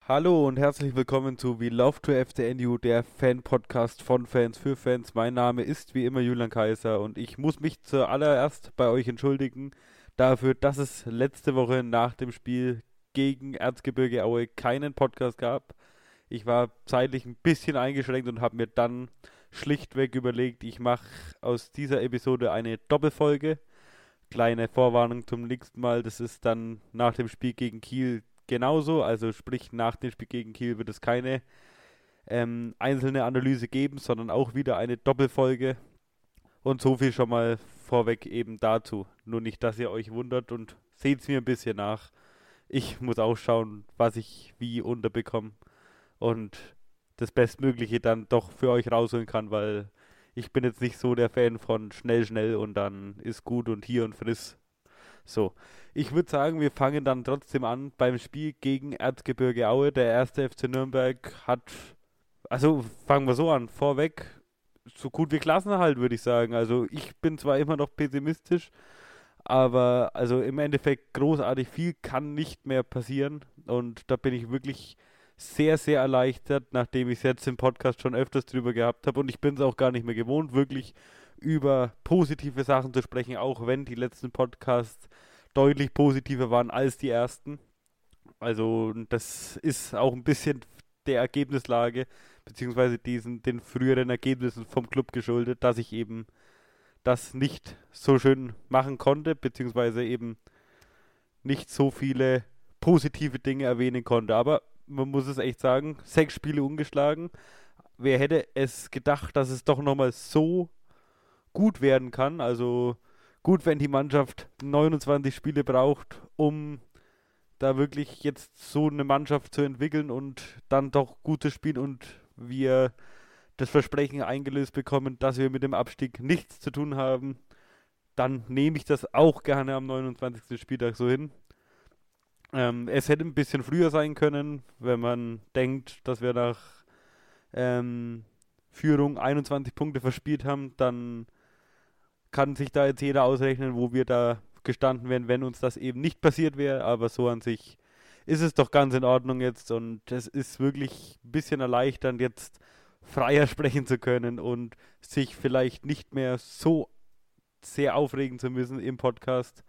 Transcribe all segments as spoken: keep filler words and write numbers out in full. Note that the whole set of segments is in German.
Hallo und herzlich willkommen zu We Love to F C N U, der Fan-Podcast von Fans für Fans. Mein Name ist wie immer Julian Kaiser und ich muss mich zuallererst bei euch entschuldigen dafür, dass es letzte Woche nach dem Spiel gegen Erzgebirge Aue keinen Podcast gab. Ich war zeitlich ein bisschen eingeschränkt und habe mir dann schlichtweg überlegt, ich mache aus dieser Episode eine Doppelfolge. Kleine Vorwarnung zum nächsten Mal, das ist dann nach dem Spiel gegen Kiel genauso, also sprich nach dem Spiel gegen Kiel wird es keine ähm, einzelne Analyse geben, sondern auch wieder eine Doppelfolge und so viel schon mal vorweg eben dazu. Nur nicht, dass ihr euch wundert und seht es mir ein bisschen nach. Ich muss auch schauen, was ich wie unterbekomme und das Bestmögliche dann doch für euch rausholen kann, weil ich bin jetzt nicht so der Fan von schnell, schnell und dann ist gut und hier und friss. So, ich würde sagen, wir fangen dann trotzdem an beim Spiel gegen Erzgebirge Aue. Der erste F C Nürnberg hat, also fangen wir so an, vorweg, so gut wie Klassenerhalt, würde ich sagen. Also ich bin zwar immer noch pessimistisch, aber also im Endeffekt großartig viel kann nicht mehr passieren. Und da bin ich wirklich sehr, sehr erleichtert, nachdem ich es jetzt im Podcast schon öfters drüber gehabt habe. Und ich bin es auch gar nicht mehr gewohnt, wirklich über positive Sachen zu sprechen, auch wenn die letzten Podcasts deutlich positiver waren als die ersten. Also das ist auch ein bisschen der Ergebnislage, beziehungsweise diesen, den früheren Ergebnissen vom Club geschuldet, dass ich eben das nicht so schön machen konnte, beziehungsweise eben nicht so viele positive Dinge erwähnen konnte. Aber man muss es echt sagen, sechs Spiele ungeschlagen. Wer hätte es gedacht, dass es doch nochmal so gut werden kann? Also gut, wenn die Mannschaft neunundzwanzig Spiele braucht, um da wirklich jetzt so eine Mannschaft zu entwickeln und dann doch gut zu spielen und wir das Versprechen eingelöst bekommen, dass wir mit dem Abstieg nichts zu tun haben, dann nehme ich das auch gerne am neunundzwanzigsten Spieltag so hin. Ähm, es hätte ein bisschen früher sein können, wenn man denkt, dass wir nach ähm, Führung einundzwanzig Punkte verspielt haben, dann kann sich da jetzt jeder ausrechnen, wo wir da gestanden wären, wenn uns das eben nicht passiert wäre. Aber so an sich ist es doch ganz in Ordnung jetzt und es ist wirklich ein bisschen erleichternd, jetzt freier sprechen zu können und sich vielleicht nicht mehr so sehr aufregen zu müssen im Podcast,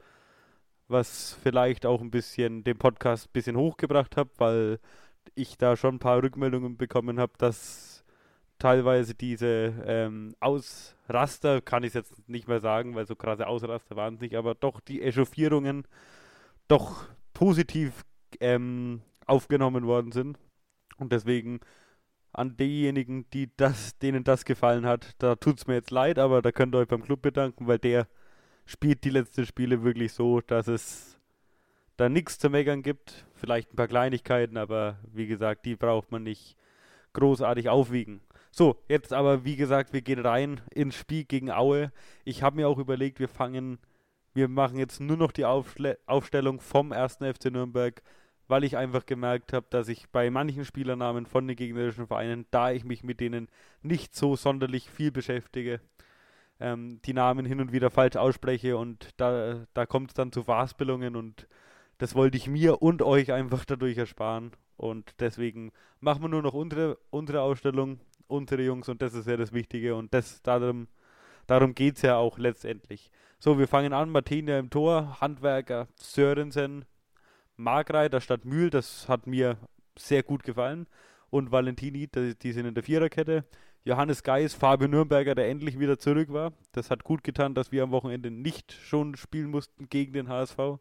was vielleicht auch ein bisschen den Podcast ein bisschen hochgebracht hat, weil ich da schon ein paar Rückmeldungen bekommen habe, dass teilweise diese ähm, Ausraster, kann ich es jetzt nicht mehr sagen, weil so krasse Ausraster waren es nicht, aber doch die Echauffierungen doch positiv ähm, aufgenommen worden sind. Und deswegen an diejenigen, die das, denen das gefallen hat, da tut es mir jetzt leid, aber da könnt ihr euch beim Club bedanken, weil der spielt die letzten Spiele wirklich so, dass es da nichts zu meckern gibt. Vielleicht ein paar Kleinigkeiten, aber wie gesagt, die braucht man nicht großartig aufwiegen. So, jetzt aber, wie gesagt, wir gehen rein ins Spiel gegen Aue. Ich habe mir auch überlegt, wir fangen, wir machen jetzt nur noch die Aufschle Aufstellung vom ersten F C Nürnberg, weil ich einfach gemerkt habe, dass ich bei manchen Spielernamen von den gegnerischen Vereinen, da ich mich mit denen nicht so sonderlich viel beschäftige, ähm, die Namen hin und wieder falsch ausspreche und da, da kommt es dann zu Verhaspelungen und das wollte ich mir und euch einfach dadurch ersparen. Und deswegen machen wir nur noch unsere, unsere Ausstellung, unsere Jungs und das ist ja das Wichtige und das darum, darum geht es ja auch letztendlich. So, wir fangen an, Martinia im Tor, Handwerker, Sörensen, Markreiter statt Mühl, das hat mir sehr gut gefallen. Und Valentini, die, die sind in der Viererkette. Johannes Geis, Fabio Nürnberger, der endlich wieder zurück war. Das hat gut getan, dass wir am Wochenende nicht schon spielen mussten gegen den H S V.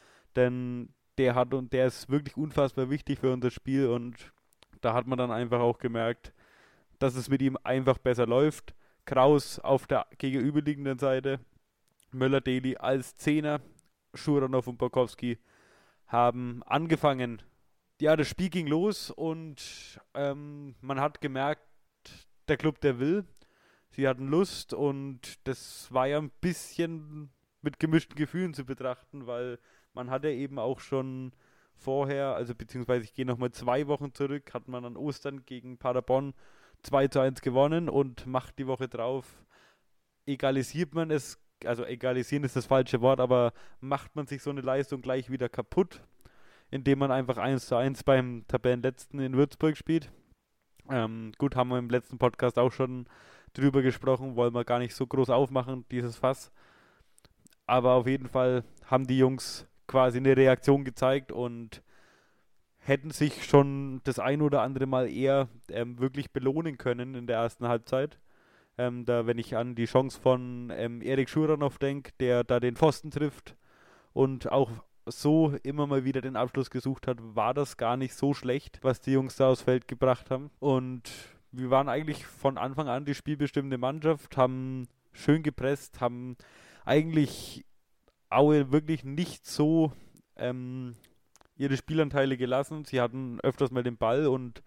Denn der hat und der ist wirklich unfassbar wichtig für unser Spiel und da hat man dann einfach auch gemerkt, dass es mit ihm einfach besser läuft. Kraus auf der gegenüberliegenden Seite, Möller-Deli als Zehner, Schuranov und Borkowski haben angefangen. Ja, das Spiel ging los und ähm, man hat gemerkt, der Club, der will. Sie hatten Lust und das war ja ein bisschen mit gemischten Gefühlen zu betrachten, weil man hatte eben auch schon vorher, also beziehungsweise ich gehe nochmal zwei Wochen zurück, hat man an Ostern gegen Paderborn zwei zu eins gewonnen und macht die Woche drauf, egalisiert man es, also egalisieren ist das falsche Wort, aber macht man sich so eine Leistung gleich wieder kaputt, indem man einfach eins zu eins beim Tabellenletzten in Würzburg spielt. Ähm, gut, haben wir im letzten Podcast auch schon drüber gesprochen, wollen wir gar nicht so groß aufmachen, dieses Fass. Aber auf jeden Fall haben die Jungs quasi eine Reaktion gezeigt und hätten sich schon das ein oder andere Mal eher ähm, wirklich belohnen können in der ersten Halbzeit. Ähm, da, wenn ich an die Chance von ähm, Erik Schuranov denke, der da den Pfosten trifft und auch so immer mal wieder den Abschluss gesucht hat, war das gar nicht so schlecht, was die Jungs da aufs Feld gebracht haben. Und wir waren eigentlich von Anfang an die spielbestimmende Mannschaft, haben schön gepresst, haben eigentlich Aue wirklich nicht so ähm, ihre Spielanteile gelassen. Sie hatten öfters mal den Ball und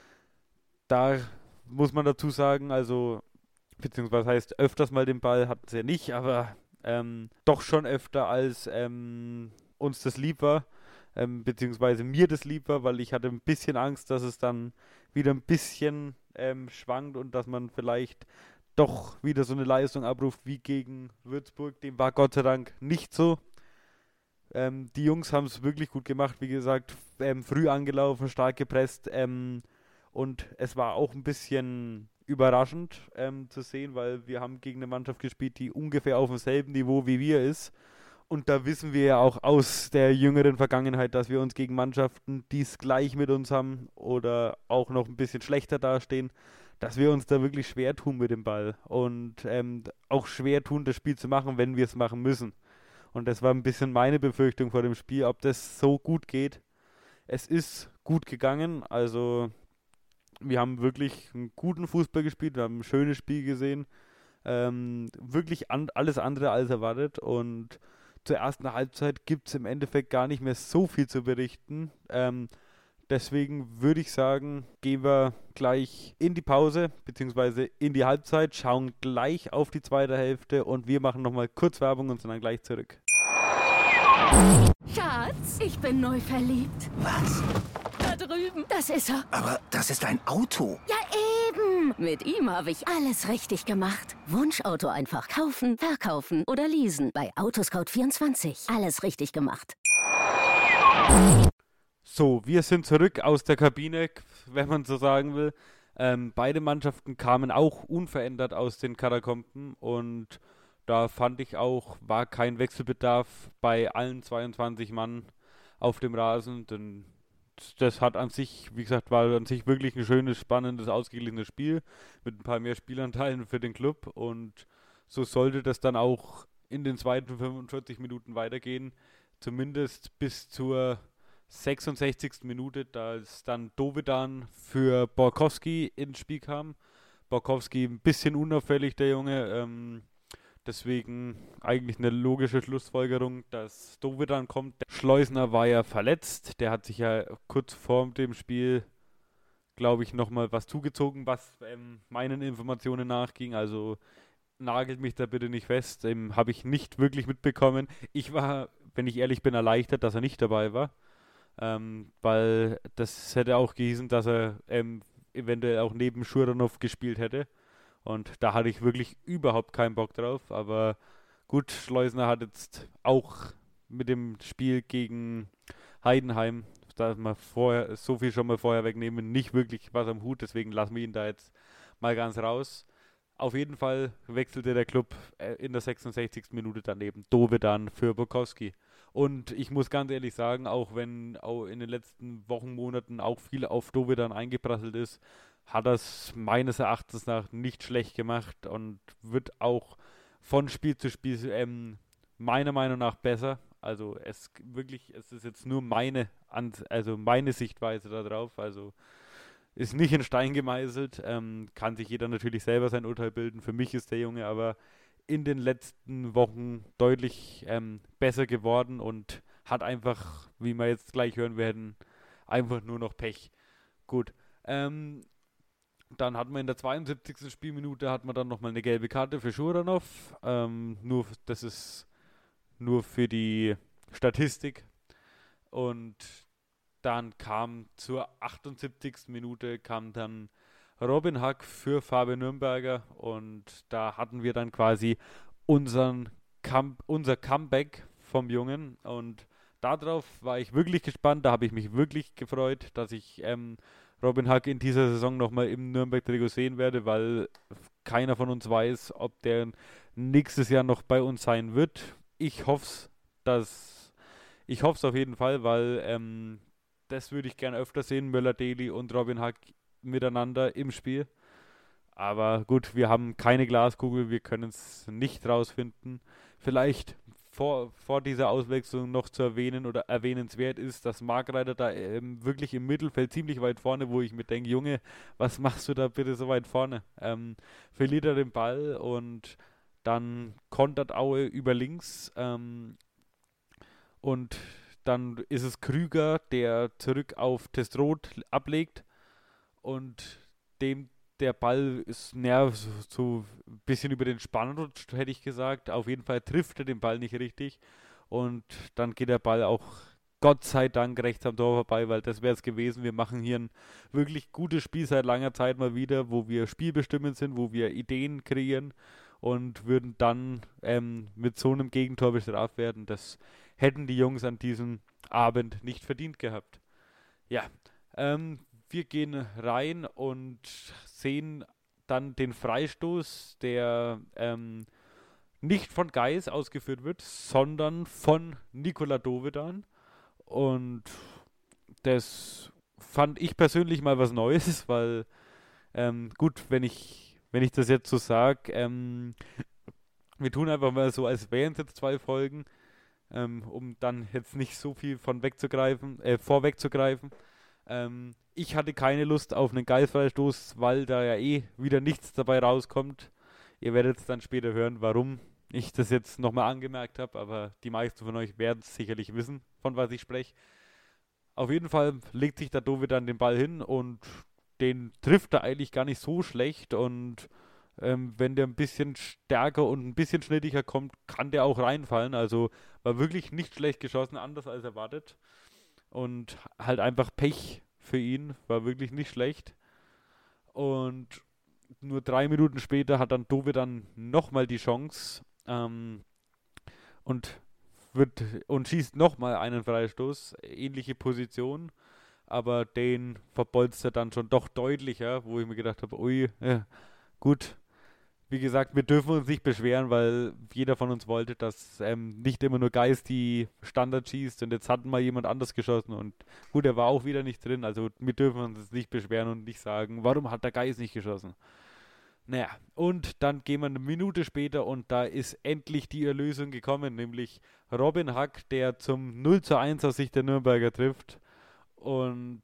da muss man dazu sagen, also beziehungsweise heißt öfters mal den Ball hatten sie ja nicht, aber ähm, doch schon öfter als ähm, uns das lieb war, ähm, beziehungsweise mir das lieb war, weil ich hatte ein bisschen Angst, dass es dann wieder ein bisschen ähm, schwankt und dass man vielleicht doch wieder so eine Leistung abruft wie gegen Würzburg. Dem war Gott sei Dank nicht so. Ähm, die Jungs haben es wirklich gut gemacht, wie gesagt, ähm, früh angelaufen, stark gepresst ähm, und es war auch ein bisschen überraschend ähm, zu sehen, weil wir haben gegen eine Mannschaft gespielt, die ungefähr auf demselben Niveau wie wir ist. Und da wissen wir ja auch aus der jüngeren Vergangenheit, dass wir uns gegen Mannschaften, die es gleich mit uns haben oder auch noch ein bisschen schlechter dastehen, dass wir uns da wirklich schwer tun mit dem Ball und ähm, auch schwer tun, das Spiel zu machen, wenn wir es machen müssen. Und das war ein bisschen meine Befürchtung vor dem Spiel, ob das so gut geht. Es ist gut gegangen, also wir haben wirklich einen guten Fußball gespielt, wir haben ein schönes Spiel gesehen, ähm, wirklich an, alles andere als erwartet und zur ersten Halbzeit gibt es im Endeffekt gar nicht mehr so viel zu berichten. Ähm, deswegen würde ich sagen, gehen wir gleich in die Pause beziehungsweise in die Halbzeit, schauen gleich auf die zweite Hälfte und wir machen nochmal kurz Werbung und sind dann gleich zurück. Schatz, ich bin neu verliebt. Was? Da drüben. Das ist er. Aber das ist ein Auto. Ja, eben. Mit ihm habe ich alles richtig gemacht. Wunschauto einfach kaufen, verkaufen oder leasen. Bei Autoscout vierundzwanzig. Alles richtig gemacht. So, wir sind zurück aus der Kabine, wenn man so sagen will. Ähm, beide Mannschaften kamen auch unverändert aus den Katakomben und da fand ich auch, war kein Wechselbedarf bei allen zweiundzwanzig Mann auf dem Rasen, denn das hat an sich, wie gesagt, war an sich wirklich ein schönes, spannendes, ausgeglichenes Spiel mit ein paar mehr Spielanteilen für den Club und so sollte das dann auch in den zweiten fünfundvierzig Minuten weitergehen, zumindest bis zur sechsundsechzigsten Minute, da es dann Dovedan für Borkowski ins Spiel kam. Borkowski ein bisschen unauffällig, der Junge, ähm, deswegen eigentlich eine logische Schlussfolgerung, dass Dovedan kommt. Der Schleusner war ja verletzt, der hat sich ja kurz vor dem Spiel, glaube ich, nochmal was zugezogen, was ähm, meinen Informationen nachging, also nagelt mich da bitte nicht fest, ähm, habe ich nicht wirklich mitbekommen. Ich war, wenn ich ehrlich bin, erleichtert, dass er nicht dabei war. Ähm, weil das hätte auch gehießen, dass er ähm, eventuell auch neben Schuranov gespielt hätte. Und da hatte ich wirklich überhaupt keinen Bock drauf. Aber gut, Schleusner hat jetzt auch mit dem Spiel gegen Heidenheim, da wir vorher so viel schon mal vorher wegnehmen, nicht wirklich was am Hut. Deswegen lassen wir ihn da jetzt mal ganz raus. Auf jeden Fall wechselte der Club äh, in der sechsundsechzigsten Minute daneben Dovedan für Borkowski. Und ich muss ganz ehrlich sagen, auch wenn auch in den letzten Wochen, Monaten auch viel auf Dovedan eingeprasselt ist, hat er es meines Erachtens nach nicht schlecht gemacht und wird auch von Spiel zu Spiel ähm, meiner Meinung nach besser. Also es wirklich, es ist jetzt nur meine, also meine Sichtweise darauf. Also ist nicht in Stein gemeißelt, ähm, kann sich jeder natürlich selber sein Urteil bilden. Für mich ist der Junge aber in den letzten Wochen deutlich ähm, besser geworden und hat einfach, wie wir jetzt gleich hören werden, einfach nur noch Pech. Gut, ähm, dann hatten wir in der zweiundsiebzigsten Spielminute hat man dann nochmal eine gelbe Karte für Schuranov. Ähm, nur, das ist nur für die Statistik. Und dann kam zur achtundsiebzigsten Minute kam dann Robin Hack für Fabian Nürnberger und da hatten wir dann quasi unseren Come- unser Comeback vom Jungen und darauf war ich wirklich gespannt, da habe ich mich wirklich gefreut, dass ich ähm, Robin Hack in dieser Saison nochmal im Nürnberg-Trikot sehen werde, weil keiner von uns weiß, ob der nächstes Jahr noch bei uns sein wird. Ich hoffe es, dass ich hoffe es auf jeden Fall, weil ähm, das würde ich gerne öfter sehen, Möller-Daly und Robin Hack miteinander im Spiel. Aber gut, wir haben keine Glaskugel, wir können es nicht rausfinden. Vielleicht vor, vor dieser Auswechslung noch zu erwähnen oder erwähnenswert ist, dass Markreiter da ähm, wirklich im Mittelfeld ziemlich weit vorne, wo ich mir denke, Junge, was machst du da bitte so weit vorne? Ähm, verliert er den Ball und dann kontert Aue über links ähm, und dann ist es Krüger, der zurück auf Testroth ablegt und dem der Ball ist näher so, so ein bisschen über den Spann rutscht, hätte ich gesagt. Auf jeden Fall trifft er den Ball nicht richtig. Und dann geht der Ball auch Gott sei Dank rechts am Tor vorbei, weil das wäre es gewesen. Wir machen hier ein wirklich gutes Spiel seit langer Zeit mal wieder, wo wir spielbestimmend sind, wo wir Ideen kreieren und würden dann ähm, mit so einem Gegentor bestraft werden. Das hätten die Jungs an diesem Abend nicht verdient gehabt. Ja, ähm, wir gehen rein und sehen dann den Freistoß, der ähm, nicht von Geis ausgeführt wird, sondern von Nikola Dovedan. Und das fand ich persönlich mal was Neues, weil ähm, gut, wenn ich, wenn ich das jetzt so sage, ähm, wir tun einfach mal so, als wären es jetzt zwei Folgen, ähm, um dann jetzt nicht so viel von wegzugreifen, äh, vorwegzugreifen. Ähm, ich hatte keine Lust auf einen Geistfreistoß, weil da ja eh wieder nichts dabei rauskommt. Ihr werdet es dann später hören, warum ich das jetzt nochmal angemerkt habe, aber die meisten von euch werden es sicherlich wissen, von was ich spreche. Auf jeden Fall legt sich der Dove dann den Ball hin und den trifft er eigentlich gar nicht so schlecht und ähm, wenn der ein bisschen stärker und ein bisschen schnittiger kommt, kann der auch reinfallen. Also war wirklich nicht schlecht geschossen, anders als erwartet. Und halt einfach Pech für ihn, war wirklich nicht schlecht. Und nur drei Minuten später hat dann Dove dann nochmal die Chance ähm, und wird und schießt nochmal einen Freistoß, ähnliche Position, aber den verbolzt er dann schon doch deutlicher, wo ich mir gedacht habe, ui, ja, gut. Wie gesagt, wir dürfen uns nicht beschweren, weil jeder von uns wollte, dass ähm, nicht immer nur Geist die Standard schießt und jetzt hat mal jemand anders geschossen und gut, er war auch wieder nicht drin, also wir dürfen uns jetzt nicht beschweren und nicht sagen, warum hat der Geist nicht geschossen? Naja, und dann gehen wir eine Minute später und da ist endlich die Erlösung gekommen, nämlich Robin Hack, der zum null zu eins aus Sicht der Nürnberger trifft und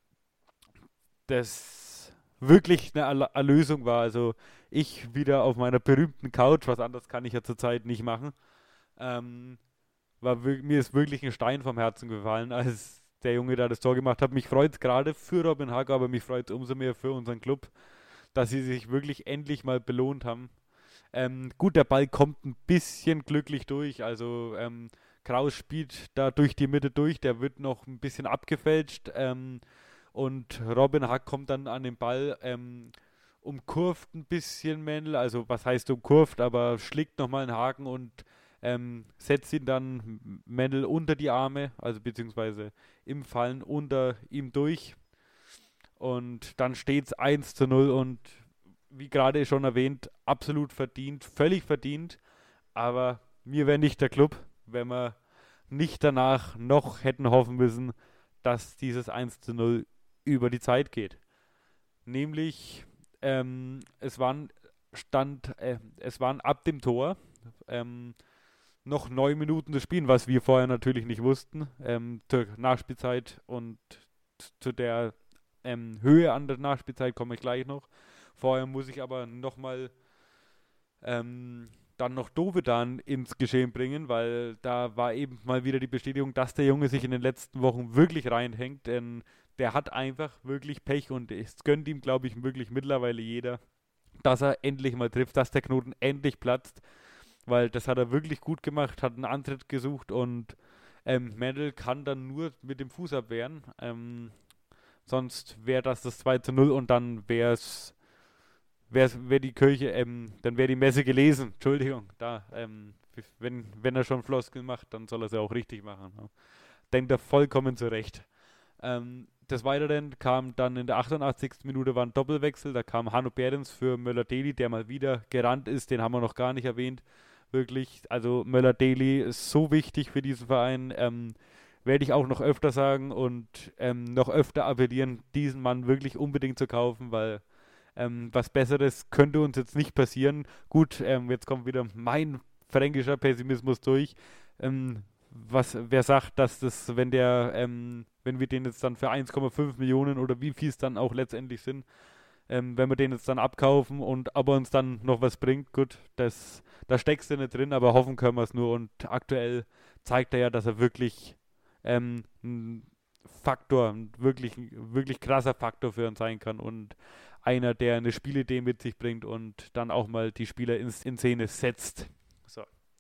das wirklich eine Erlösung war. Also ich wieder auf meiner berühmten Couch, was anderes kann ich ja zurzeit nicht machen, ähm, war mir ist wirklich ein Stein vom Herzen gefallen, als der Junge da das Tor gemacht hat. Mich freut es gerade für Robin Hack, aber mich freut es umso mehr für unseren Club, dass sie sich wirklich endlich mal belohnt haben. Ähm, gut, der Ball kommt ein bisschen glücklich durch, also ähm, Kraus spielt da durch die Mitte durch, der wird noch ein bisschen abgefälscht ähm, und Robin Hack kommt dann an den Ball, ähm, umkurvt ein bisschen Mendel, also was heißt umkurvt, aber schlägt nochmal einen Haken und ähm, setzt ihn dann Mendel unter die Arme, also beziehungsweise im Fallen unter ihm durch. Und dann steht es eins zu null und wie gerade schon erwähnt, absolut verdient, völlig verdient. Aber wir wären nicht der Club, wenn wir nicht danach noch hätten hoffen müssen, dass dieses eins zu null über die Zeit geht. Nämlich, ähm, es waren Stand, äh, es waren ab dem Tor ähm, noch neun Minuten zu spielen, was wir vorher natürlich nicht wussten, ähm, zur Nachspielzeit und zu der ähm, Höhe an der Nachspielzeit komme ich gleich noch. Vorher muss ich aber nochmal ähm, dann noch Dovedan ins Geschehen bringen, weil da war eben mal wieder die Bestätigung, dass der Junge sich in den letzten Wochen wirklich reinhängt, denn der hat einfach wirklich Pech und es gönnt ihm, glaube ich, wirklich mittlerweile jeder, dass er endlich mal trifft, dass der Knoten endlich platzt, weil das hat er wirklich gut gemacht, hat einen Antritt gesucht und ähm, Mendel kann dann nur mit dem Fuß abwehren, ähm, sonst wäre das das zwei zu null und dann wäre es wäre die Kirche, ähm, dann wäre die Messe gelesen. Entschuldigung, da, ähm, wenn, wenn er schon Floskeln macht, dann soll er sie auch richtig machen. Ne? denkt er vollkommen zurecht. Ähm, des Weiteren kam dann in der achtundachtzigsten Minute war ein Doppelwechsel, da kam Hanno Behrens für Möller-Daly, der mal wieder gerannt ist, den haben wir noch gar nicht erwähnt, wirklich, also Möller-Daly ist so wichtig für diesen Verein, ähm, werde ich auch noch öfter sagen und ähm, noch öfter appellieren, diesen Mann wirklich unbedingt zu kaufen, weil ähm, was Besseres könnte uns jetzt nicht passieren. Gut, ähm, jetzt kommt wieder mein fränkischer Pessimismus durch. Ähm, was, wer sagt, dass das, wenn der, ähm, wenn wir den jetzt dann für eins Komma fünf Millionen oder wie viel es dann auch letztendlich sind, ähm, wenn wir den jetzt dann abkaufen und aber uns dann noch was bringt, gut, das, da steckst du nicht drin, aber hoffen können wir es nur und aktuell zeigt er ja, dass er wirklich ähm, ein Faktor, ein wirklich, wirklich krasser Faktor für uns sein kann und einer, der eine Spielidee mit sich bringt und dann auch mal die Spieler in, in Szene setzt. So.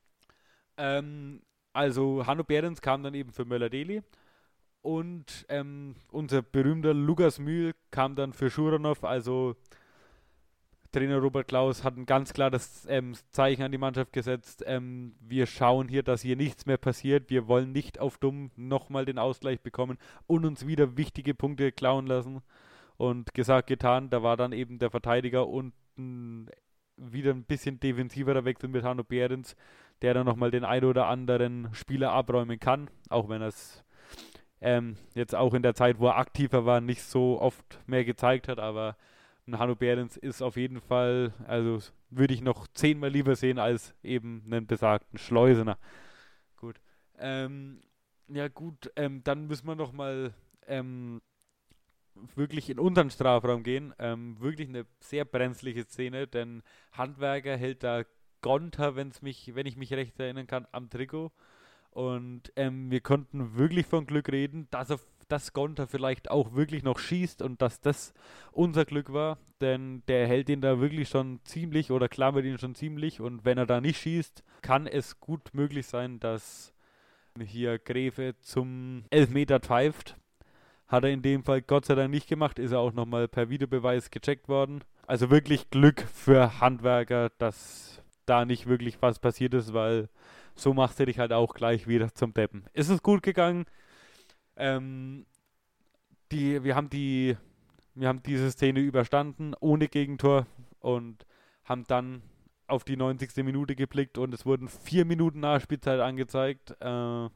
Ähm, also Hanno Behrens kam dann eben für Möller-Daly und ähm, unser berühmter Lukas Mühl kam dann für Schuranov, also Trainer Robert Klaus hat ein ganz klar das ähm, Zeichen an die Mannschaft gesetzt. Ähm, wir schauen hier, dass hier nichts mehr passiert. Wir wollen nicht auf dumm nochmal den Ausgleich bekommen und uns wieder wichtige Punkte klauen lassen. Und gesagt, getan, da war dann eben der Verteidiger und ein, wieder ein bisschen defensiverer Wechsel mit Hanno Behrens, der dann nochmal den einen oder anderen Spieler abräumen kann, auch wenn er es ähm, jetzt auch in der Zeit, wo er aktiver war, nicht so oft mehr gezeigt hat, aber ein Hanno Behrens ist auf jeden Fall, also würde ich noch zehnmal lieber sehen als eben einen besagten Schleusener. Gut. Ähm, ja gut, ähm, dann müssen wir nochmal ähm, wirklich in unseren Strafraum gehen. Ähm, wirklich eine sehr brenzliche Szene, denn Handwerker hält da Gonter, wenn's mich, wenn ich mich recht erinnern kann, am Trikot. Und ähm, wir konnten wirklich von Glück reden, dass er dass Gonter vielleicht auch wirklich noch schießt und dass das unser Glück war, denn der hält ihn da wirklich schon ziemlich oder klammert ihn schon ziemlich und wenn er da nicht schießt, kann es gut möglich sein, dass hier Gräfe zum Elfmeter pfeift. Hat er in dem Fall Gott sei Dank nicht gemacht, ist er auch nochmal per Videobeweis gecheckt worden. Also wirklich Glück für Handwerker, dass da nicht wirklich was passiert ist, weil so machst du dich halt auch gleich wieder zum Deppen. Ist es gut gegangen? Ähm, die, wir haben die, wir haben diese Szene überstanden, ohne Gegentor und haben dann auf die neunzigste Minute geblickt und es wurden vier Minuten Nachspielzeit angezeigt. Äh,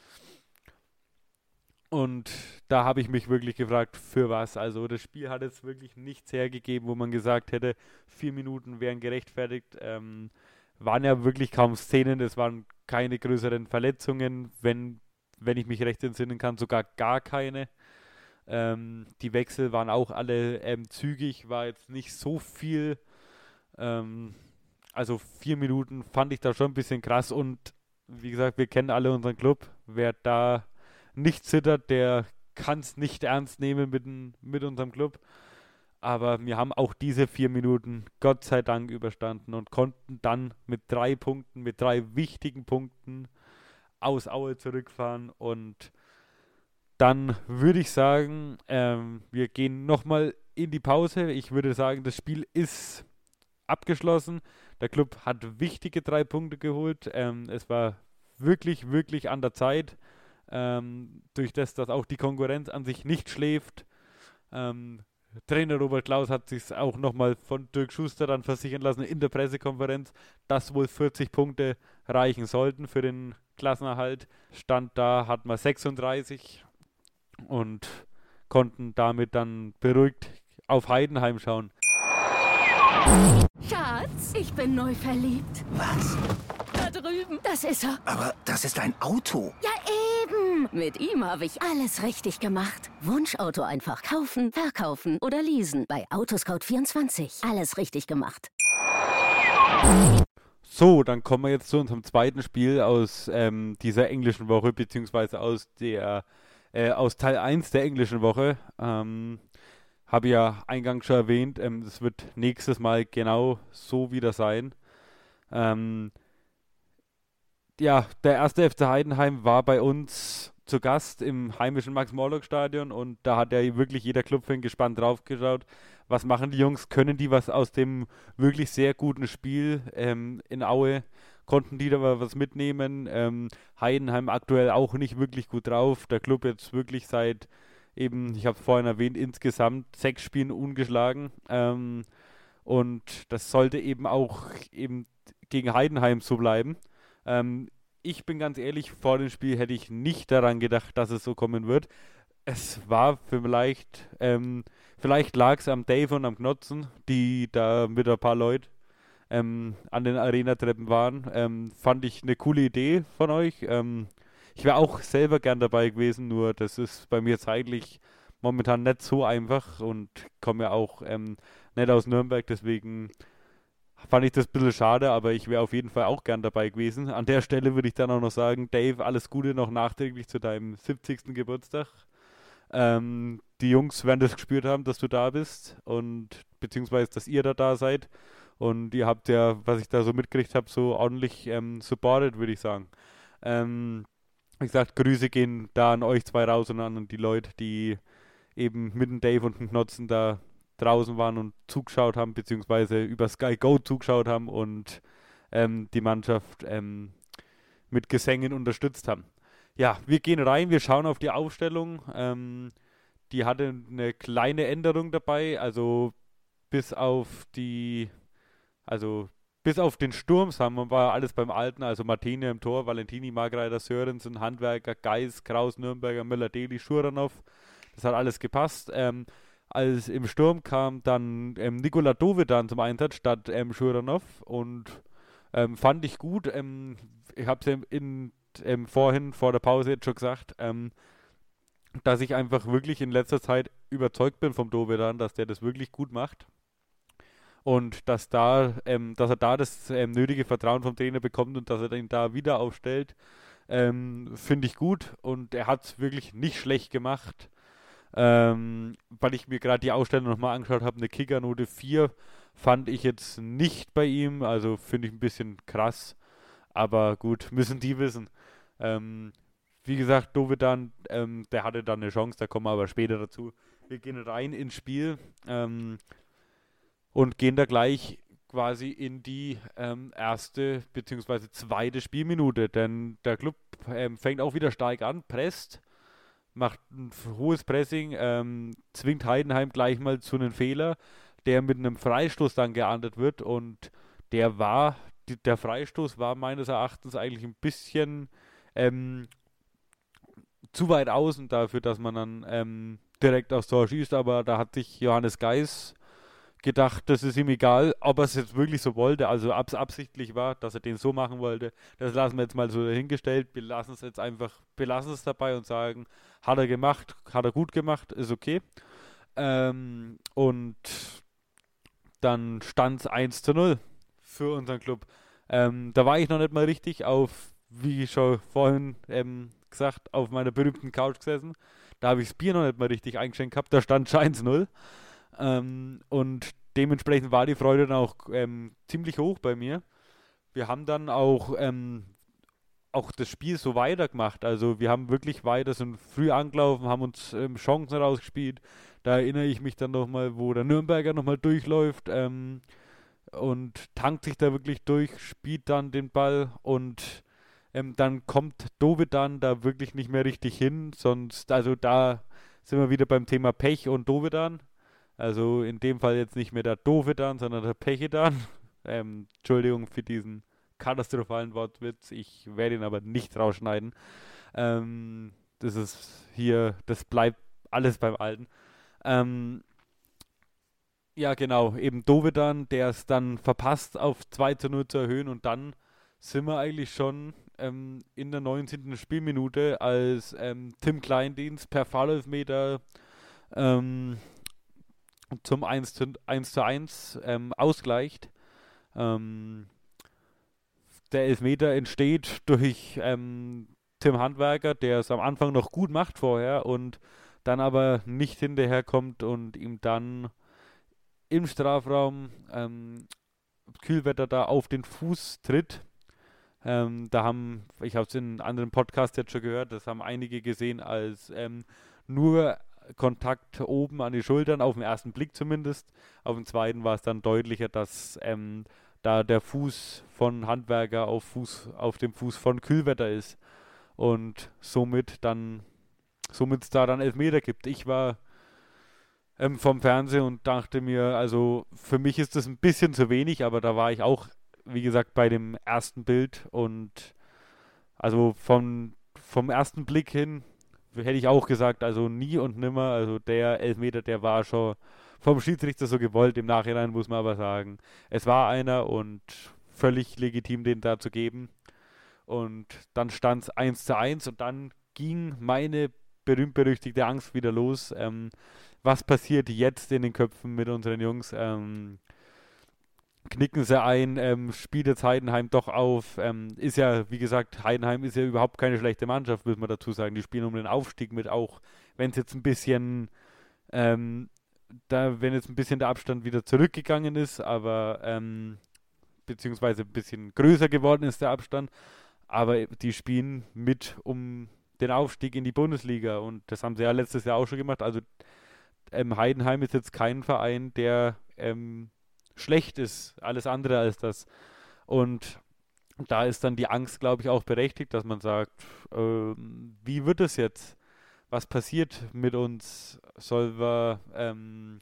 und da habe ich mich wirklich gefragt, für was? Also das Spiel hat jetzt wirklich nichts hergegeben, wo man gesagt hätte, vier Minuten wären gerechtfertigt. Ähm, waren ja wirklich kaum Szenen, es waren keine größeren Verletzungen, wenn wenn ich mich recht entsinnen kann, sogar gar keine. Ähm, die Wechsel waren auch alle ähm, zügig, war jetzt nicht so viel. Ähm, also vier Minuten fand ich da schon ein bisschen krass und wie gesagt, wir kennen alle unseren Club. Wer da nicht zittert, der kann es nicht ernst nehmen mit, mit unserem Club. Aber wir haben auch diese vier Minuten Gott sei Dank überstanden und konnten dann mit drei Punkten, mit drei wichtigen Punkten aus Aue zurückfahren und dann würde ich sagen, ähm, wir gehen nochmal in die Pause. Ich würde sagen, das Spiel ist abgeschlossen. Der Club hat wichtige drei Punkte geholt. Ähm, es war wirklich, wirklich an der Zeit, ähm, durch das, dass auch die Konkurrenz an sich nicht schläft. Ähm, Trainer Robert Klaus hat sich auch nochmal von Dirk Schuster dann versichern lassen in der Pressekonferenz, dass wohl vierzig Punkte reichen sollten für den Klassenerhalt. Stand da, hatten wir sechsunddreißig und konnten damit dann beruhigt auf Heidenheim schauen. Schatz, ich bin neu verliebt. Was? Da drüben. Das ist er. Aber das ist ein Auto. Ja, eben. Mit ihm habe ich alles richtig gemacht. Wunschauto einfach kaufen, verkaufen oder leasen. Bei Autoscout vierundzwanzig. Alles richtig gemacht. So, dann kommen wir jetzt zu unserem zweiten Spiel aus ähm, dieser englischen Woche, beziehungsweise aus der äh, aus Teil eins der englischen Woche. Ähm, habe ja eingangs schon erwähnt, ähm, es wird nächstes Mal genau so wieder sein. Ähm, ja, der erste F C Heidenheim war bei uns zu Gast im heimischen Max-Morlock-Stadion und da hat ja wirklich jeder Clubfan gespannt drauf geschaut. Was machen die Jungs? Können die was aus dem wirklich sehr guten Spiel ähm, in Aue? konnten die da mal was mitnehmen. Ähm, Heidenheim aktuell auch nicht wirklich gut drauf. Der Club jetzt wirklich seit eben, ich habe es vorhin erwähnt, insgesamt sechs Spielen ungeschlagen. Ähm, und das sollte eben auch eben gegen Heidenheim so bleiben. Ähm, ich bin ganz ehrlich, vor dem Spiel hätte ich nicht daran gedacht, dass es so kommen wird. Es war vielleicht, ähm, vielleicht lag es am Dave und am Knotzen, die da mit ein paar Leuten ähm, an den Arena-Treppen waren. Ähm, fand ich eine coole Idee von euch. Ähm, ich wäre auch selber gern dabei gewesen, nur das ist bei mir zeitlich momentan nicht so einfach und komme ja auch ähm, nicht aus Nürnberg, deswegen fand ich das ein bisschen schade, aber ich wäre auf jeden Fall auch gern dabei gewesen. An der Stelle würde ich dann auch noch sagen, Dave, alles Gute noch nachträglich zu deinem siebzigsten Geburtstag. Ähm, die Jungs werden das gespürt haben, dass du da bist und beziehungsweise, dass ihr da da seid. Und ihr habt ja, was ich da so mitgekriegt habe, so ordentlich ähm, supported, würde ich sagen. Ähm, wie gesagt, Grüße gehen da an euch zwei raus und an die Leute, die eben mit dem Dave und dem Knotzen da draußen waren und zugeschaut haben, beziehungsweise über Sky Go zugeschaut haben und ähm, die Mannschaft ähm, mit Gesängen unterstützt haben. Ja, wir gehen rein, wir schauen auf die Aufstellung. Ähm, die hatte eine kleine Änderung dabei, also bis auf die, also bis auf den Sturm haben wir war alles beim Alten, also Martini im Tor, Valentini, Margreiter, Sörensen, Handwerker, Geis, Kraus, Nürnberger, Müller-Deli, Schuranov. Das hat alles gepasst. Ähm, als im Sturm kam dann ähm, Nikola Dovedan zum Einsatz statt ähm, Schuranov und ähm, fand ich gut. Ähm, ich habe es ja in, ähm, vorhin vor der Pause jetzt schon gesagt, ähm, dass ich einfach wirklich in letzter Zeit überzeugt bin vom Dovedan, dass der das wirklich gut macht. Und dass da, ähm, dass er da das ähm, nötige Vertrauen vom Trainer bekommt und dass er ihn da wieder aufstellt, ähm, finde ich gut. Und er hat es wirklich nicht schlecht gemacht. Ähm, weil ich mir gerade die Ausstellung nochmal angeschaut habe, eine Kickernote vier fand ich jetzt nicht bei ihm. Also finde ich ein bisschen krass. Aber gut, müssen die wissen. Ähm, wie gesagt, Dovedan, ähm, der hatte dann eine Chance, da kommen wir aber später dazu. Wir gehen rein ins Spiel. Ähm, und gehen da gleich quasi in die ähm, erste bzw. zweite Spielminute, denn der Club ähm, fängt auch wieder stark an, presst, macht ein hohes Pressing, ähm, zwingt Heidenheim gleich mal zu einem Fehler, der mit einem Freistoß dann geahndet wird und der war, die, der Freistoß war meines Erachtens eigentlich ein bisschen ähm, zu weit außen dafür, dass man dann ähm, direkt aufs Tor schießt, aber da hat sich Johannes Geis gedacht, das ist ihm egal, ob er es jetzt wirklich so wollte, also ob es absichtlich war, dass er den so machen wollte. Das lassen wir jetzt mal so dahingestellt. Wir lassen es jetzt einfach, belassen es dabei und sagen, hat er gemacht, hat er gut gemacht, ist okay. Ähm, und dann stand es eins zu null für unseren Club. Ähm, da war ich noch nicht mal richtig auf, wie schon vorhin ähm, gesagt, auf meiner berühmten Couch gesessen. Da habe ich das Bier noch nicht mal richtig eingeschenkt gehabt, da stand schon eins null. Ähm, und dementsprechend war die Freude dann auch ähm, ziemlich hoch bei mir. Wir haben dann auch, ähm, auch das Spiel so weitergemacht. Also wir haben wirklich weiter, sind früh angelaufen, haben uns ähm, Chancen rausgespielt. Da erinnere ich mich dann nochmal, wo der Nürnberger nochmal durchläuft ähm, und tankt sich da wirklich durch, spielt dann den Ball und ähm, dann kommt Dovedan da wirklich nicht mehr richtig hin. Sonst, also da sind wir wieder beim Thema Pech und Dovedan. Also in dem Fall jetzt nicht mehr der Dovedan, sondern der Pechedan. Ähm, Entschuldigung für diesen katastrophalen Wortwitz. Ich werde ihn aber nicht rausschneiden. Ähm, das ist hier, das bleibt alles beim Alten. Ähm, ja, genau, eben Dovedan, der es dann verpasst, auf zwei zu null zu erhöhen und dann sind wir eigentlich schon ähm, in der neunzehnten Spielminute, als ähm, Tim Kleindienst per Foul-Elfmeter ähm, zum eins zu eins ähm, ausgleicht. Ähm, der Elfmeter entsteht durch ähm, Tim Handwerker, der es am Anfang noch gut macht vorher und dann aber nicht hinterherkommt und ihm dann im Strafraum ähm, Kühlwetter da auf den Fuß tritt. Ähm, da haben, ich habe es in einem anderen Podcast jetzt schon gehört, das haben einige gesehen als ähm, nur Kontakt oben an die Schultern, auf den ersten Blick zumindest. Auf dem zweiten war es dann deutlicher, dass ähm, da der Fuß von Handwerker auf Fuß, auf dem Fuß von Kühlwetter ist und somit dann, somit es da dann Elfmeter gibt. Ich war ähm, vom Fernseher und dachte mir, also für mich ist das ein bisschen zu wenig, aber da war ich auch, wie gesagt, bei dem ersten Bild und also von, vom ersten Blick hin hätte ich auch gesagt, also nie und nimmer, also der Elfmeter, der war schon vom Schiedsrichter so gewollt. Im Nachhinein muss man aber sagen, es war einer und völlig legitim, den da zu geben. Und dann stand es eins zu eins und dann ging meine berühmt-berüchtigte Angst wieder los. Ähm, was passiert jetzt in den Köpfen mit unseren Jungs? Ähm, knicken sie ein, ähm, spielt jetzt Heidenheim doch auf. Ähm, ist ja, wie gesagt, Heidenheim ist ja überhaupt keine schlechte Mannschaft, muss man dazu sagen. Die spielen um den Aufstieg mit, auch wenn es jetzt ein bisschen, ähm, da, wenn jetzt ein bisschen der Abstand wieder zurückgegangen ist, aber ähm, beziehungsweise ein bisschen größer geworden ist der Abstand, aber die spielen mit um den Aufstieg in die Bundesliga und das haben sie ja letztes Jahr auch schon gemacht. Also ähm, Heidenheim ist jetzt kein Verein, der ähm, schlecht ist, alles andere als das. Und da ist dann die Angst, glaube ich, auch berechtigt, dass man sagt, äh, wie wird es jetzt? Was passiert mit uns? Sollen wir, ähm,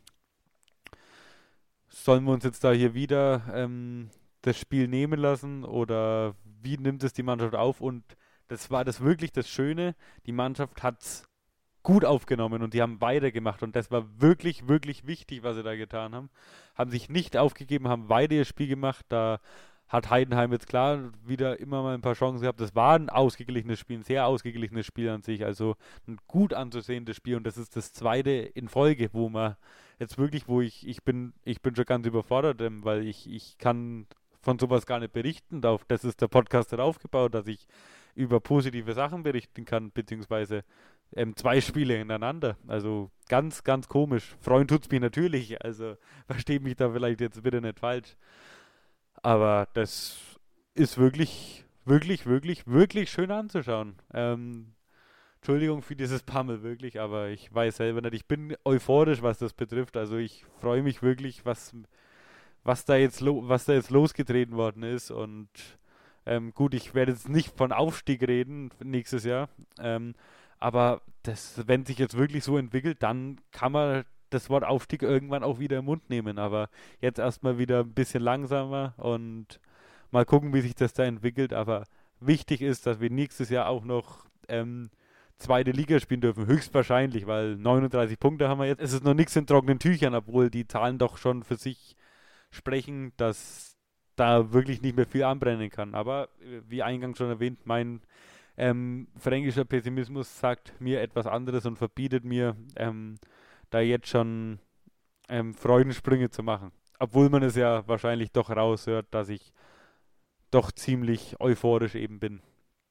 sollen wir uns jetzt da hier wieder ähm, das Spiel nehmen lassen oder wie nimmt es die Mannschaft auf? Und das war das wirklich das Schöne. Die Mannschaft hat es gut aufgenommen und die haben weitergemacht und das war wirklich, wirklich wichtig, was sie da getan haben. Haben sich nicht aufgegeben, haben weiter ihr Spiel gemacht. Da hat Heidenheim jetzt klar wieder immer mal ein paar Chancen gehabt. Das war ein ausgeglichenes Spiel, ein sehr ausgeglichenes Spiel an sich, also ein gut anzusehendes Spiel und das ist das zweite in Folge, wo man jetzt wirklich, wo ich, ich bin, ich bin schon ganz überfordert, ähm, weil ich, ich kann von sowas gar nicht berichten. Darauf, das ist der Podcast darauf aufgebaut, dass ich über positive Sachen berichten kann, beziehungsweise ähm, zwei Spiele hintereinander. Also ganz, ganz komisch. Freuen tut's mich natürlich, also versteht mich da vielleicht jetzt bitte nicht falsch. Aber das ist wirklich, wirklich, wirklich, wirklich schön anzuschauen. Ähm, Entschuldigung für dieses Pammel, wirklich, aber ich weiß selber nicht. Ich bin euphorisch, was das betrifft. Also ich freue mich wirklich, was, was, da jetzt lo- was da jetzt losgetreten worden ist. Und ähm, gut, ich werde jetzt nicht von Aufstieg reden nächstes Jahr. Ähm, aber das, wenn sich jetzt wirklich so entwickelt, dann kann man das Wort Aufstieg irgendwann auch wieder im Mund nehmen, aber jetzt erstmal wieder ein bisschen langsamer und mal gucken, wie sich das da entwickelt, aber wichtig ist, dass wir nächstes Jahr auch noch ähm, zweite Liga spielen dürfen, höchstwahrscheinlich, weil neununddreißig Punkte haben wir jetzt. Es ist noch nichts in trockenen Tüchern, obwohl die Zahlen doch schon für sich sprechen, dass da wirklich nicht mehr viel anbrennen kann, aber äh, wie eingangs schon erwähnt, mein ähm, fränkischer Pessimismus sagt mir etwas anderes und verbietet mir ähm, da jetzt schon ähm, Freudensprünge zu machen. Obwohl man es ja wahrscheinlich doch raushört, dass ich doch ziemlich euphorisch eben bin.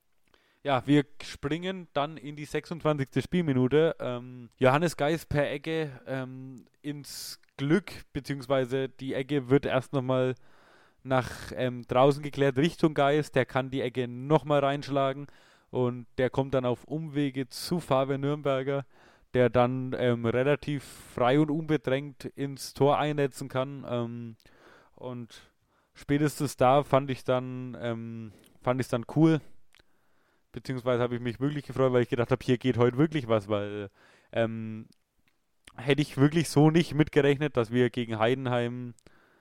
Ja, wir springen dann in die sechsundzwanzigste Spielminute. Ähm, Johannes Geis per Ecke ähm, ins Glück, beziehungsweise die Ecke wird erst nochmal nach ähm, draußen geklärt, Richtung Geis. Der kann die Ecke nochmal reinschlagen und der kommt dann auf Umwege zu Fabian Nürnberger, der dann ähm, relativ frei und unbedrängt ins Tor einnetzen kann. Ähm, und spätestens da fand ich dann ähm, fand ich es dann cool, beziehungsweise habe ich mich wirklich gefreut, weil ich gedacht habe, hier geht heute wirklich was, weil ähm, hätte ich wirklich so nicht mitgerechnet, dass wir gegen Heidenheim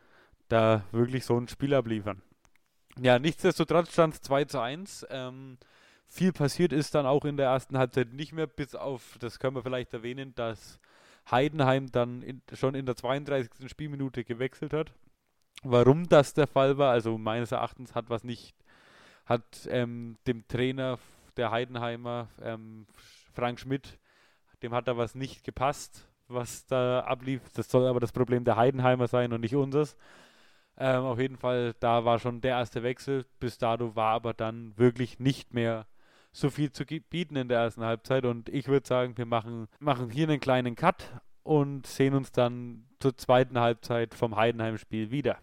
da wirklich so ein Spiel abliefern. Ja, nichtsdestotrotz stand es zwei zu eins. Ähm, Viel passiert ist dann auch in der ersten Halbzeit nicht mehr, bis auf, das können wir vielleicht erwähnen, dass Heidenheim dann in, schon in der zweiunddreißigsten Spielminute gewechselt hat. Warum das der Fall war, also meines Erachtens hat was nicht, hat ähm, dem Trainer der Heidenheimer, ähm, Frank Schmidt, dem hat da was nicht gepasst, was da ablief. Das soll aber das Problem der Heidenheimer sein und nicht unseres. Ähm, auf jeden Fall, da war schon der erste Wechsel. Bis dato war aber dann wirklich nicht mehr so viel zu bieten in der ersten Halbzeit und ich würde sagen, wir machen, machen hier einen kleinen Cut und sehen uns dann zur zweiten Halbzeit vom Heidenheim-Spiel wieder.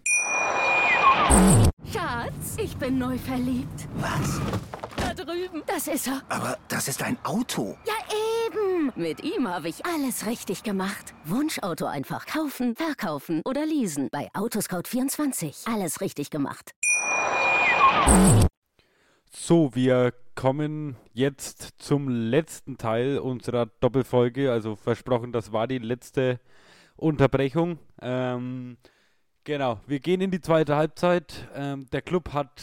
Schatz, ich bin neu verliebt. Was? Da drüben. Das ist er. Aber das ist ein Auto. Ja, eben. mit ihm habe ich alles richtig gemacht. Wunschauto einfach kaufen, verkaufen oder leasen. Bei Autoscout vierundzwanzig. Alles richtig gemacht. So, wir kommen jetzt zum letzten Teil unserer Doppelfolge. Also versprochen, das war die letzte Unterbrechung. Ähm, genau, wir gehen in die zweite Halbzeit. Ähm, der Club hat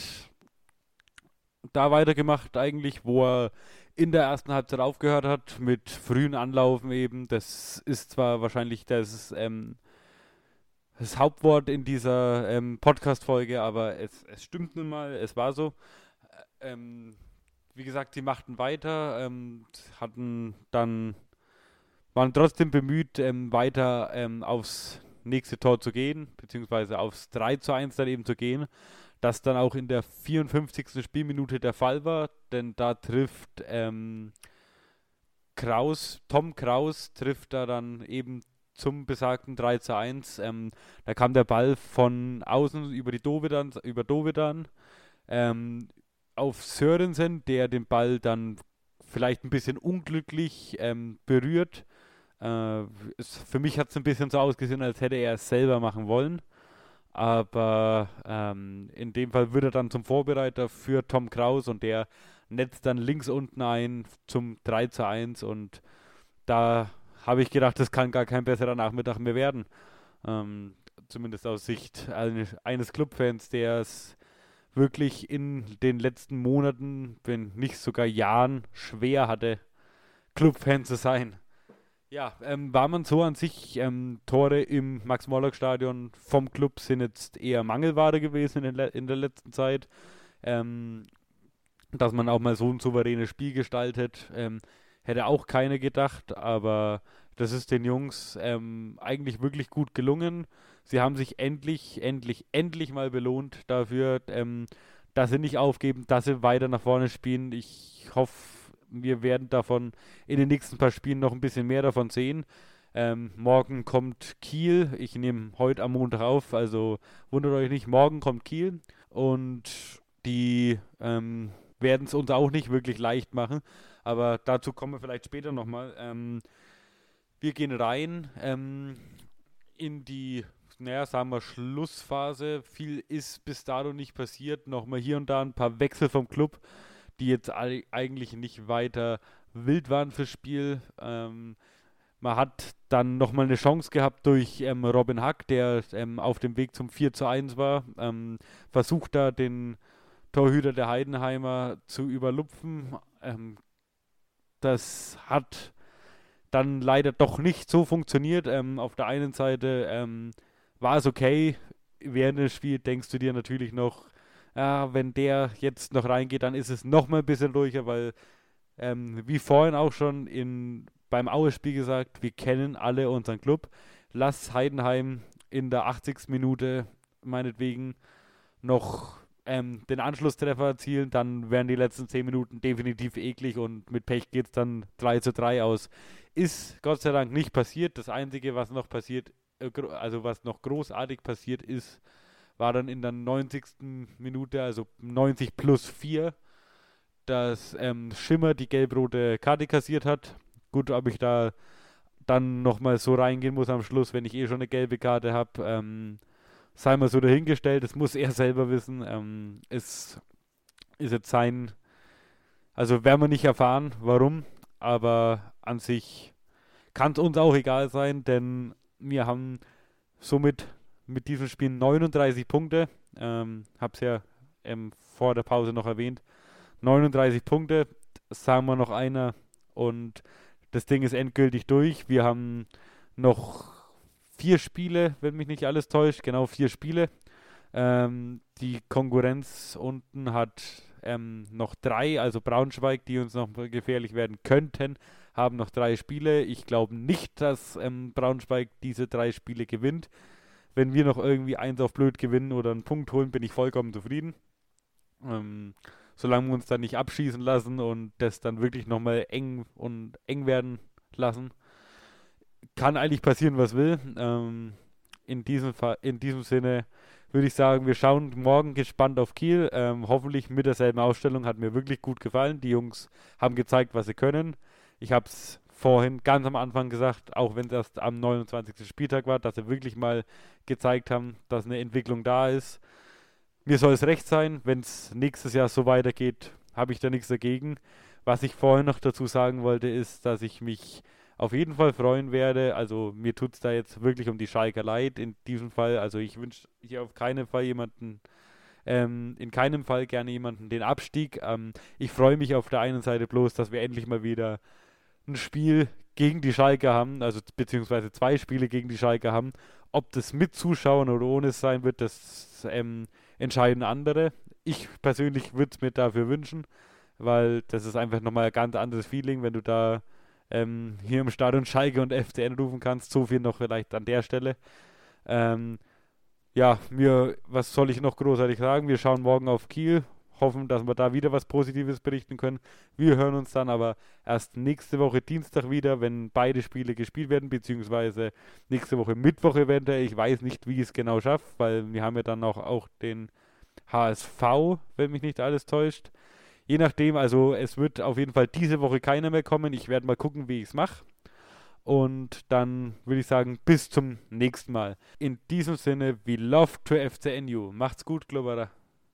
da weitergemacht eigentlich, wo er in der ersten Halbzeit aufgehört hat, mit frühen Anlaufen eben. Das ist zwar wahrscheinlich das, ähm, das Hauptwort in dieser ähm, Podcast-Folge, aber es, es stimmt nun mal, es war so. Ähm, wie gesagt, sie machten weiter, ähm, hatten dann, waren trotzdem bemüht, ähm, weiter ähm, aufs nächste Tor zu gehen, beziehungsweise aufs drei zu eins dann eben zu gehen. Das dann auch in der vierundfünfzigsten Spielminute der Fall war, denn da trifft ähm, Kraus, Tom Kraus trifft da dann eben zum besagten drei zu eins. Ähm, da kam der Ball von außen über die Dovedan, über Dovedan ähm, auf Sörensen, der den Ball dann vielleicht ein bisschen unglücklich ähm, berührt. Äh, es, für mich hat es ein bisschen so ausgesehen, als hätte er es selber machen wollen. Aber ähm, in dem Fall wird er dann zum Vorbereiter für Tom Kraus und der netzt dann links unten ein zum drei zu eins und da habe ich gedacht, das kann gar kein besserer Nachmittag mehr werden. Ähm, zumindest aus Sicht eines, eines Clubfans, der es wirklich in den letzten Monaten, wenn nicht sogar Jahren, schwer hatte, Clubfan zu sein. Ja, ähm, war man so an sich, ähm, Tore im Max-Morlock-Stadion vom Club sind jetzt eher Mangelware gewesen in, den le- in der letzten Zeit. Ähm, dass man auch mal so ein souveränes Spiel gestaltet, ähm, hätte auch keiner gedacht, aber das ist den Jungs ähm, eigentlich wirklich gut gelungen. Sie haben sich endlich, endlich, endlich mal belohnt dafür, ähm, dass sie nicht aufgeben, dass sie weiter nach vorne spielen. Ich hoffe, wir werden davon in den nächsten paar Spielen noch ein bisschen mehr davon sehen. Ähm, morgen kommt Kiel. Ich nehme heute am Montag auf, also wundert euch nicht, morgen kommt Kiel und die ähm, werden es uns auch nicht wirklich leicht machen, aber dazu kommen wir vielleicht später nochmal. Ähm, wir gehen rein ähm, in die, naja, sagen wir Schlussphase. Viel ist bis dato nicht passiert. Nochmal hier und da ein paar Wechsel vom Club, die jetzt all- eigentlich nicht weiter wild waren fürs Spiel. Ähm, man hat dann nochmal eine Chance gehabt durch ähm, Robin Hack, der ähm, auf dem Weg zum vier zu eins war. Ähm, versucht da den Torhüter der Heidenheimer zu überlupfen. Ähm, das hat dann leider doch nicht so funktioniert. Ähm, auf der einen Seite ähm, war es okay. Während des Spiels denkst du dir natürlich noch, ja, wenn der jetzt noch reingeht, dann ist es noch mal ein bisschen ruhiger, weil ähm, wie vorhin auch schon in, beim Aue-Spiel gesagt, wir kennen alle unseren Club. Lass Heidenheim in der achtzigsten Minute meinetwegen noch ähm, den Anschlusstreffer erzielen, dann wären die letzten zehn Minuten definitiv eklig und mit Pech geht es dann drei zu drei aus. Ist Gott sei Dank nicht passiert. Das Einzige, was noch passiert, äh, gro- also was noch großartig passiert ist, war dann in der neunzigsten Minute, also neunzig plus vier, dass ähm, Schimmer die gelb-rote Karte kassiert hat. Gut, ob ich da dann nochmal so reingehen muss am Schluss, wenn ich eh schon eine gelbe Karte habe, ähm, sei mal so dahingestellt, das muss er selber wissen. Ähm, es ist jetzt sein, also werden wir nicht erfahren, warum, aber an sich kann es uns auch egal sein, denn wir haben somit mit diesem Spiel neununddreißig Punkte. Ähm, hab's ja ähm, vor der Pause noch erwähnt. neununddreißig Punkte, sagen wir noch einer und das Ding ist endgültig durch. Wir haben noch vier Spiele, wenn mich nicht alles täuscht, genau vier Spiele. Ähm, die Konkurrenz unten hat ähm, noch drei, also Braunschweig, die uns noch gefährlich werden könnten, haben noch drei Spiele. Ich glaube nicht, dass ähm, Braunschweig diese drei Spiele gewinnt. Wenn wir noch irgendwie eins auf blöd gewinnen oder einen Punkt holen, bin ich vollkommen zufrieden. Ähm, solange wir uns dann nicht abschießen lassen und das dann wirklich nochmal eng und eng werden lassen, kann eigentlich passieren, was will. Ähm, in diesem Fall, in diesem Sinne würde ich sagen, wir schauen morgen gespannt auf Kiel. Ähm, hoffentlich mit derselben Ausstellung. Hat mir wirklich gut gefallen. Die Jungs haben gezeigt, was sie können. Ich habe es vorhin ganz am Anfang gesagt, auch wenn es erst am neunundzwanzigsten Spieltag war, dass sie wirklich mal gezeigt haben, dass eine Entwicklung da ist. Mir soll es recht sein, wenn es nächstes Jahr so weitergeht, habe ich da nichts dagegen. Was ich vorhin noch dazu sagen wollte, ist, dass ich mich auf jeden Fall freuen werde. Also mir tut es da jetzt wirklich um die Schalker leid in diesem Fall. Also ich wünsche hier auf keinen Fall jemanden, ähm, in keinem Fall gerne jemanden den Abstieg. Ähm, ich freue mich auf der einen Seite bloß, dass wir endlich mal wieder ein Spiel gegen die Schalker haben, also beziehungsweise zwei Spiele gegen die Schalker haben. Ob das mit Zuschauern oder ohne es sein wird, das ähm, entscheiden andere. Ich persönlich würde es mir dafür wünschen, weil das ist einfach nochmal ein ganz anderes Feeling, wenn du da ähm, hier im Stadion Schalke und F C N rufen kannst. So viel noch vielleicht an der Stelle. Ähm, ja, mir, was soll ich noch großartig sagen? Wir schauen morgen auf Kiel, hoffen, dass wir da wieder was Positives berichten können. Wir hören uns dann aber erst nächste Woche Dienstag wieder, wenn beide Spiele gespielt werden, beziehungsweise nächste Woche Mittwoch eventuell. Ich weiß nicht, wie ich es genau schaffe, weil wir haben ja dann auch, auch den H S V, wenn mich nicht alles täuscht. Je nachdem, also es wird auf jeden Fall diese Woche keiner mehr kommen. Ich werde mal gucken, wie ich es mache. Und dann würde ich sagen, bis zum nächsten Mal. In diesem Sinne, we love to F C N U. Macht's gut, Globberer.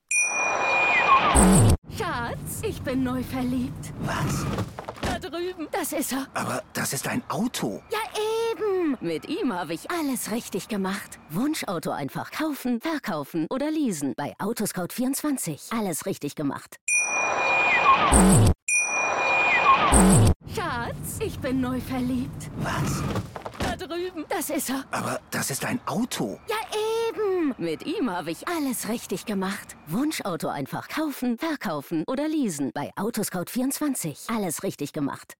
Schatz, ich bin neu verliebt. Was? Da drüben. Das ist er. Aber das ist ein Auto. Ja, eben. Mit ihm habe ich alles richtig gemacht. Wunschauto einfach kaufen, verkaufen oder leasen. Bei Autoscout vierundzwanzig. Alles richtig gemacht. Schatz, ich bin neu verliebt. Was? Da drüben. Das ist er. Aber das ist ein Auto. Ja, eben. Mit ihm habe ich alles richtig gemacht. Wunschauto einfach kaufen, verkaufen oder leasen. Bei Autoscout vierundzwanzig. Alles richtig gemacht.